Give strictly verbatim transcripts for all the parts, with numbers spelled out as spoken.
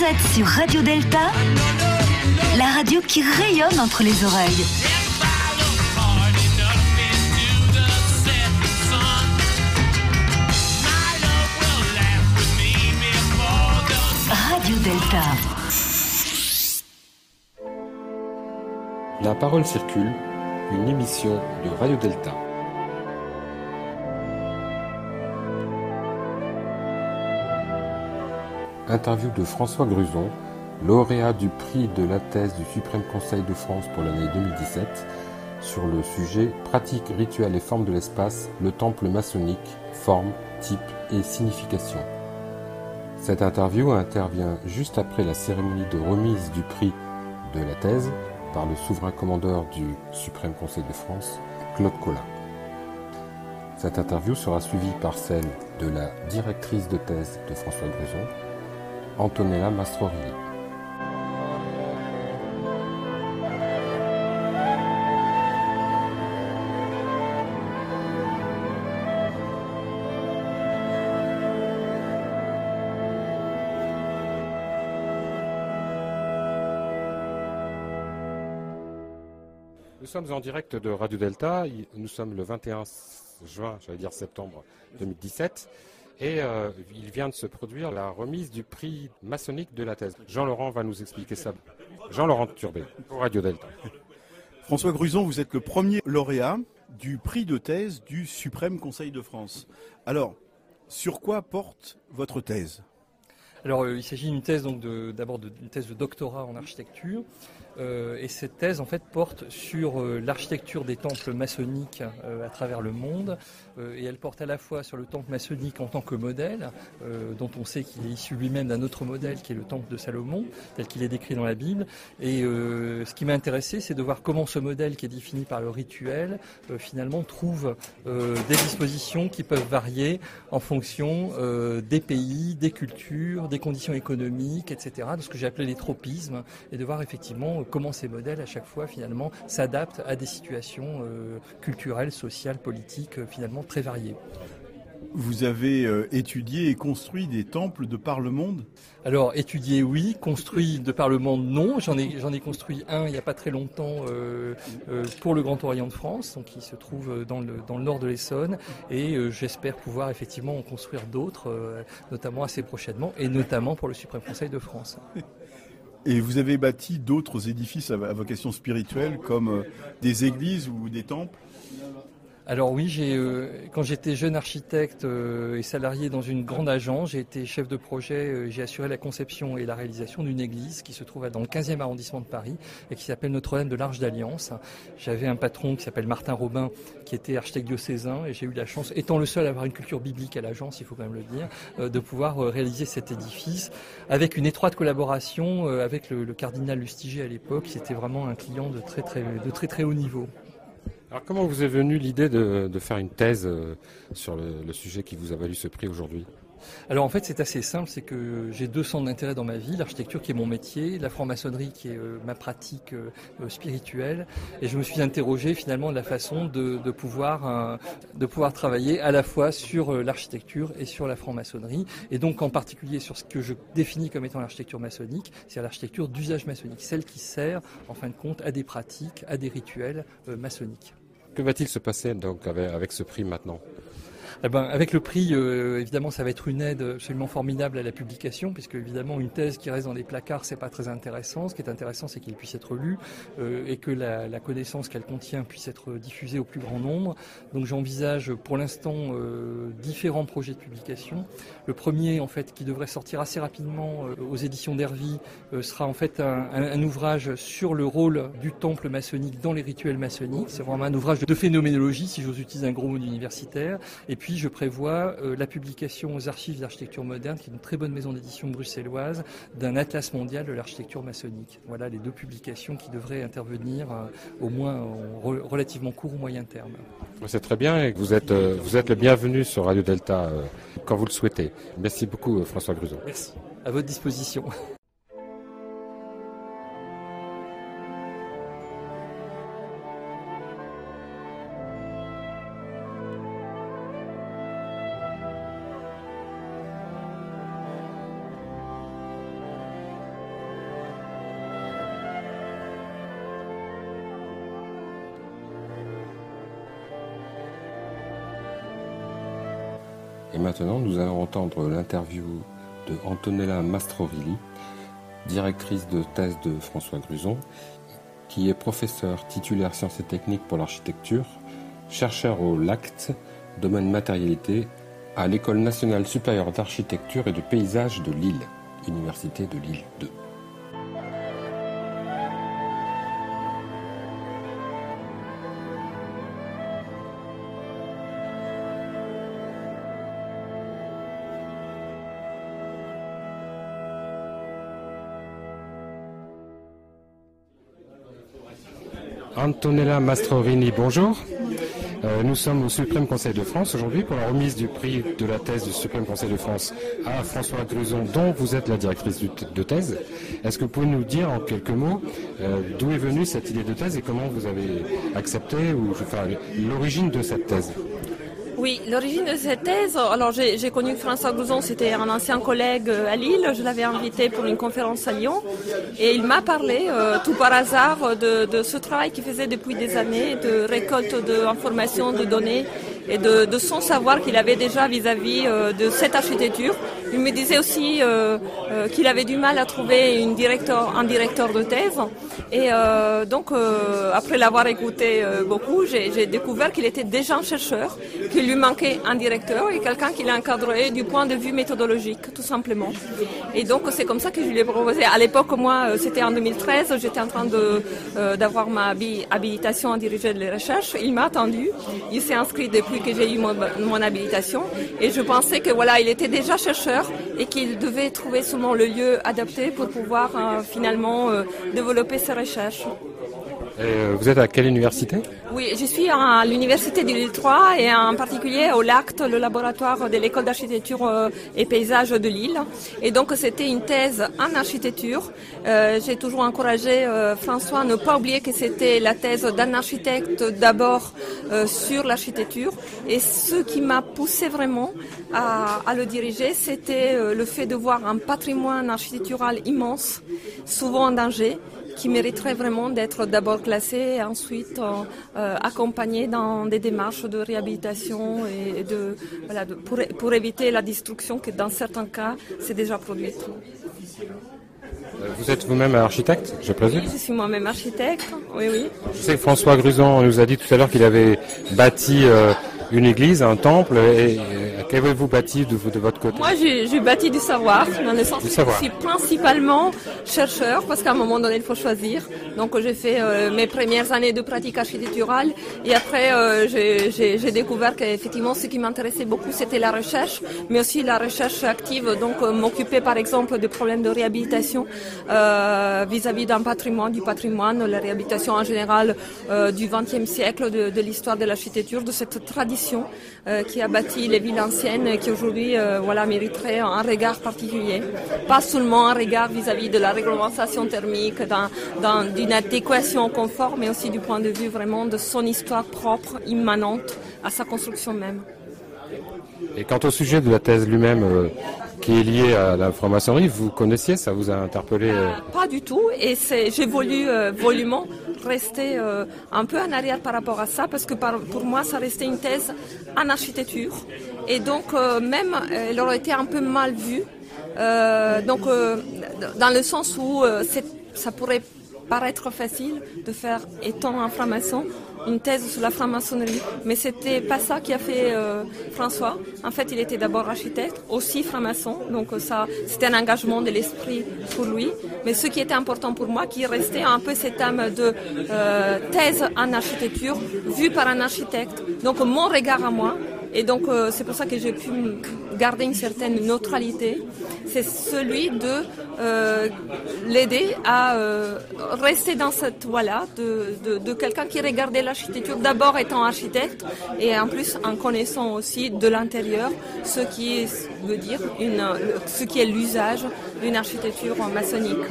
êtes sur Radio Delta, la radio qui rayonne entre les oreilles. Radio Delta. La parole circule, une émission de Radio Delta. Interview de François Gruson, lauréat du prix de la thèse du Suprême Conseil de France pour l'année deux mille dix-sept, sur le sujet « Pratiques, rituels et formes de l'espace, le temple maçonnique, forme, type et signification ». Cette interview intervient juste après la cérémonie de remise du prix de la thèse par le souverain commandeur du Suprême Conseil de France, Claude Collat. Cette interview sera suivie par celle de la directrice de thèse de François Gruson, Antonella Mastrorilli. Nous sommes en direct de Radio Delta, nous sommes le vingt et un juin, j'allais dire septembre deux mille dix-sept, et euh, il vient de se produire la remise du prix maçonnique de la thèse. Jean-Laurent va nous expliquer ça. Jean-Laurent Turbet, pour Radio Delta. François Gruson, vous êtes le premier lauréat du prix de thèse du Suprême Conseil de France. Alors, sur quoi porte votre thèse ? Alors, euh, il s'agit d'une thèse donc de, d'abord d'une thèse de doctorat en architecture. Euh, et cette thèse en fait porte sur euh, l'architecture des temples maçonniques euh, à travers le monde euh, et elle porte à la fois sur le temple maçonnique en tant que modèle euh, dont on sait qu'il est issu lui-même d'un autre modèle qui est le temple de Salomon tel qu'il est décrit dans la Bible et euh, ce qui m'a intéressé c'est de voir comment ce modèle qui est défini par le rituel euh, finalement trouve euh, des dispositions qui peuvent varier en fonction euh, des pays, des cultures, des conditions économiques, et cetera, de ce que j'ai appelé les tropismes et de voir effectivement comment ces modèles, à chaque fois, finalement, s'adaptent à des situations euh, culturelles, sociales, politiques, euh, finalement, très variées. Vous avez euh, étudié et construit des temples de par le monde ? Alors, étudié, oui. Construit de par le monde, non. J'en ai, j'en ai construit un il n'y a pas très longtemps euh, euh, pour le Grand Orient de France, donc qui se trouve dans le, dans le nord de l'Essonne. Et euh, j'espère pouvoir effectivement en construire d'autres, euh, notamment assez prochainement, et notamment pour le Suprême Conseil de France. Et vous avez bâti d'autres édifices à vocation spirituelle, comme des églises ou des temples ? Alors oui, j'ai, euh, quand j'étais jeune architecte euh, et salarié dans une grande agence, j'ai été chef de projet, euh, j'ai assuré la conception et la réalisation d'une église qui se trouve dans le quinzième arrondissement de Paris et qui s'appelle Notre-Dame de l'Arche d'Alliance. J'avais un patron qui s'appelle Martin Robin qui était architecte diocésain et j'ai eu la chance, étant le seul à avoir une culture biblique à l'agence, il faut quand même le dire, euh, de pouvoir euh, réaliser cet édifice avec une étroite collaboration euh, avec le, le cardinal Lustiger à l'époque. C'était vraiment un client de très très, de très, très haut niveau. Alors comment vous est venue l'idée de, de faire une thèse euh, sur le, le sujet qui vous a valu ce prix aujourd'hui ? Alors en fait c'est assez simple, c'est que j'ai deux centres d'intérêt dans ma vie, l'architecture qui est mon métier, la franc-maçonnerie qui est euh, ma pratique euh, spirituelle et je me suis interrogé finalement de la façon de, de, pouvoir, euh, de pouvoir travailler à la fois sur euh, l'architecture et sur la franc-maçonnerie et donc en particulier sur ce que je définis comme étant l'architecture maçonnique, c'est l'architecture d'usage maçonnique, celle qui sert en fin de compte à des pratiques, à des rituels euh, maçonniques. Que va-t-il se passer donc avec, avec ce prix maintenant ? Eh ben, avec le prix, euh, évidemment, ça va être une aide absolument formidable à la publication, puisque évidemment, une thèse qui reste dans des placards, c'est pas très intéressant. Ce qui est intéressant, c'est qu'il puisse être lu euh, et que la, la connaissance qu'elle contient puisse être diffusée au plus grand nombre. Donc, j'envisage pour l'instant euh, différents projets de publication. Le premier, en fait, qui devrait sortir assez rapidement euh, aux éditions d'Hervy, euh, sera en fait un, un, un ouvrage sur le rôle du temple maçonnique dans les rituels maçonniques. C'est vraiment un ouvrage de phénoménologie, si j'ose utiliser un gros mot d'universitaire. Et puis, je prévois euh, la publication aux Archives d'Architecture Moderne, qui est une très bonne maison d'édition bruxelloise, d'un atlas mondial de l'architecture maçonnique. Voilà les deux publications qui devraient intervenir euh, au moins en re- relativement court ou moyen terme. C'est très bien et vous êtes, euh, vous êtes le bienvenu sur Radio Delta euh, quand vous le souhaitez. Merci beaucoup François Gruson. Merci. À votre disposition. Et maintenant, nous allons entendre l'interview de Antonella Mastrovilli, directrice de thèse de François Gruzon, qui est professeur titulaire sciences et techniques pour l'architecture, chercheur au L A C T, domaine matérialité, à l'École nationale supérieure d'architecture et de paysage de Lille, Université de Lille deux. Antonella Mastrovilli, bonjour. Euh, nous sommes au Suprême Conseil de France aujourd'hui pour la remise du prix de la thèse du Suprême Conseil de France à François Gruzon, dont vous êtes la directrice de thèse. Est-ce que vous pouvez nous dire en quelques mots euh, d'où est venue cette idée de thèse et comment vous avez accepté ou enfin, l'origine de cette thèse? Oui, l'origine de cette thèse, alors j'ai, j'ai connu François Gruzon, c'était un ancien collègue à Lille, je l'avais invité pour une conférence à Lyon et il m'a parlé euh, tout par hasard de, de ce travail qu'il faisait depuis des années, de récolte d'informations, de données et de, de son savoir qu'il avait déjà vis-à-vis euh, de cette architecture. Il me disait aussi euh, euh, qu'il avait du mal à trouver une directeur, un directeur de thèse et euh, donc euh, après l'avoir écouté euh, beaucoup, j'ai, j'ai découvert qu'il était déjà un chercheur, qu'il lui manquait un directeur et quelqu'un qui l'encadrait du point de vue méthodologique, tout simplement. Et donc c'est comme ça que je lui ai proposé. À l'époque, moi, c'était en deux mille treize, j'étais en train de, euh, d'avoir ma habilitation à diriger les recherches. Il m'a attendu, il s'est inscrit depuis que j'ai eu mon, mon habilitation et je pensais que voilà, il était déjà chercheur et qu'il devait trouver seulement le lieu adapté pour pouvoir euh, finalement euh, développer ses recherches. Et euh, vous êtes à quelle université? Oui, je suis à l'université de Lille trois et en particulier au L A C T, le laboratoire de l'école d'architecture euh, et paysage de Lille. Et donc c'était une thèse en architecture. Euh, j'ai toujours encouragé euh, François à ne pas oublier que c'était la thèse d'un architecte d'abord euh, sur l'architecture. Et ce qui m'a poussé vraiment à, à le diriger, c'était euh, le fait de voir un patrimoine architectural immense, souvent en danger, qui mériterait vraiment d'être d'abord classé et ensuite euh, euh, accompagné dans des démarches de réhabilitation et de, voilà, de, pour, pour éviter la destruction que dans certains cas s'est déjà produite. Vous êtes vous-même architecte, je présume? Oui, je suis moi-même architecte, oui, oui. Je sais que François Gruzon nous a dit tout à l'heure qu'il avait bâti euh, une église, un temple, et, et qu'avez-vous bâti de, de votre côté? Moi, j'ai, j'ai bâti du savoir, dans le sens où je suis principalement chercheur, parce qu'à un moment donné, il faut choisir. Donc, j'ai fait euh, mes premières années de pratique architecturale, et après, euh, j'ai, j'ai, j'ai découvert qu'effectivement, ce qui m'intéressait beaucoup, c'était la recherche, mais aussi la recherche active, donc euh, m'occuper, par exemple, des problèmes de réhabilitation euh, vis-à-vis d'un patrimoine, du patrimoine, la réhabilitation en général euh, du vingtième siècle, de, de l'histoire de l'architecture, de cette tradition Euh, qui a bâti les villes anciennes et qui aujourd'hui euh, voilà, mériterait un regard particulier. Pas seulement un regard vis-à-vis de la réglementation thermique, d'un, d'un, d'une adéquation au confort, mais aussi du point de vue vraiment de son histoire propre, immanente à sa construction même. Et quant au sujet de la thèse lui-même, euh, qui est lié à la franc-maçonnerie, vous connaissiez, ça vous a interpellé euh... euh, Pas du tout, et c'est, j'ai voulu euh, volument rester euh, un peu en arrière par rapport à ça, parce que par, pour moi, ça restait une thèse en architecture, et donc euh, même, elle aurait été un peu mal vue, euh, donc euh, dans le sens où euh, c'est, ça pourrait paraître facile de faire, étant un franc-maçon, une thèse sur la franc-maçonnerie, mais c'était pas ça qui a fait euh, François. En fait, il était d'abord architecte, aussi franc-maçon, donc ça, c'était un engagement de l'esprit pour lui. Mais ce qui était important pour moi, qui restait un peu cette âme de euh, thèse en architecture, vue par un architecte. Donc mon regard à moi. Et donc euh, c'est pour ça que j'ai pu garder une certaine neutralité. C'est celui de euh, l'aider à euh, rester dans cette voie-là, de, de, de quelqu'un qui regardait l'architecture d'abord étant architecte et en plus en connaissant aussi de l'intérieur ce qui veut dire une, ce qui est l'usage d'une architecture maçonnique.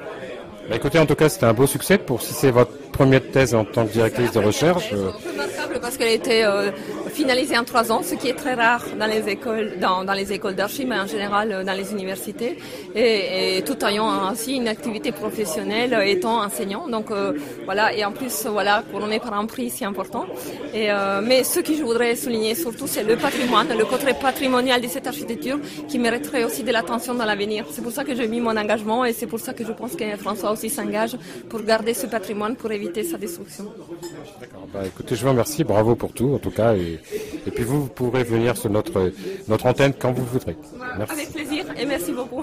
Bah écoutez, en tout cas, c'était un beau succès pour si c'est votre première thèse en tant que directrice de recherche. Euh, simple parce qu'elle était euh, finalisée en trois ans, ce qui est très rare dans les écoles, dans, dans les écoles d'archi, mais en général euh, dans les universités, et, et tout ayant aussi une activité professionnelle, euh, étant enseignant. Donc euh, voilà, et en plus voilà, couronné par un prix si important. Et, euh, mais ce que je voudrais souligner surtout, c'est le patrimoine, le côté patrimonial de cette architecture qui mériterait aussi de l'attention dans l'avenir. C'est pour ça que j'ai mis mon engagement et c'est pour ça que je pense que François aussi s'engage pour garder ce patrimoine, pour éviter sa destruction. D'accord. Bah, écoutez, je vous remercie, bravo pour tout en tout cas, et, et puis vous, vous pourrez venir sur notre, notre antenne quand vous voudrez. Merci. Avec plaisir et merci beaucoup.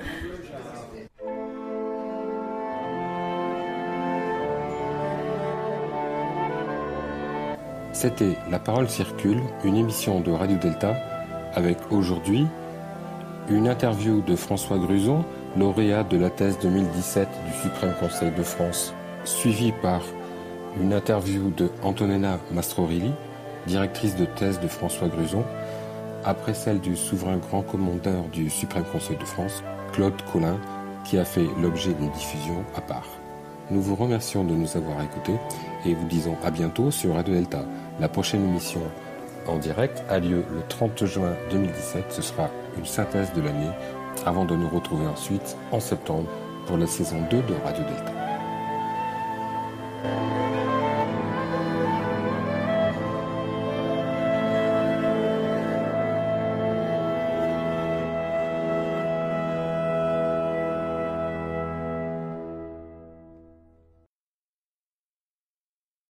C'était La Parole Circule, une émission de Radio Delta, avec aujourd'hui une interview de François Gruson, lauréat de la thèse deux mille dix-sept du Suprême Conseil de France, suivie par une interview de Antonella Mastrorilli, directrice de thèse de François Gruson, après celle du souverain grand commandeur du Suprême Conseil de France, Claude Collin, qui a fait l'objet d'une diffusion à part. Nous vous remercions de nous avoir écoutés et vous disons à bientôt sur Radio Delta. La prochaine émission en direct a lieu le trente juin deux mille dix-sept. Ce sera une synthèse de l'année avant de nous retrouver ensuite en septembre pour la saison deux de Radio Delta.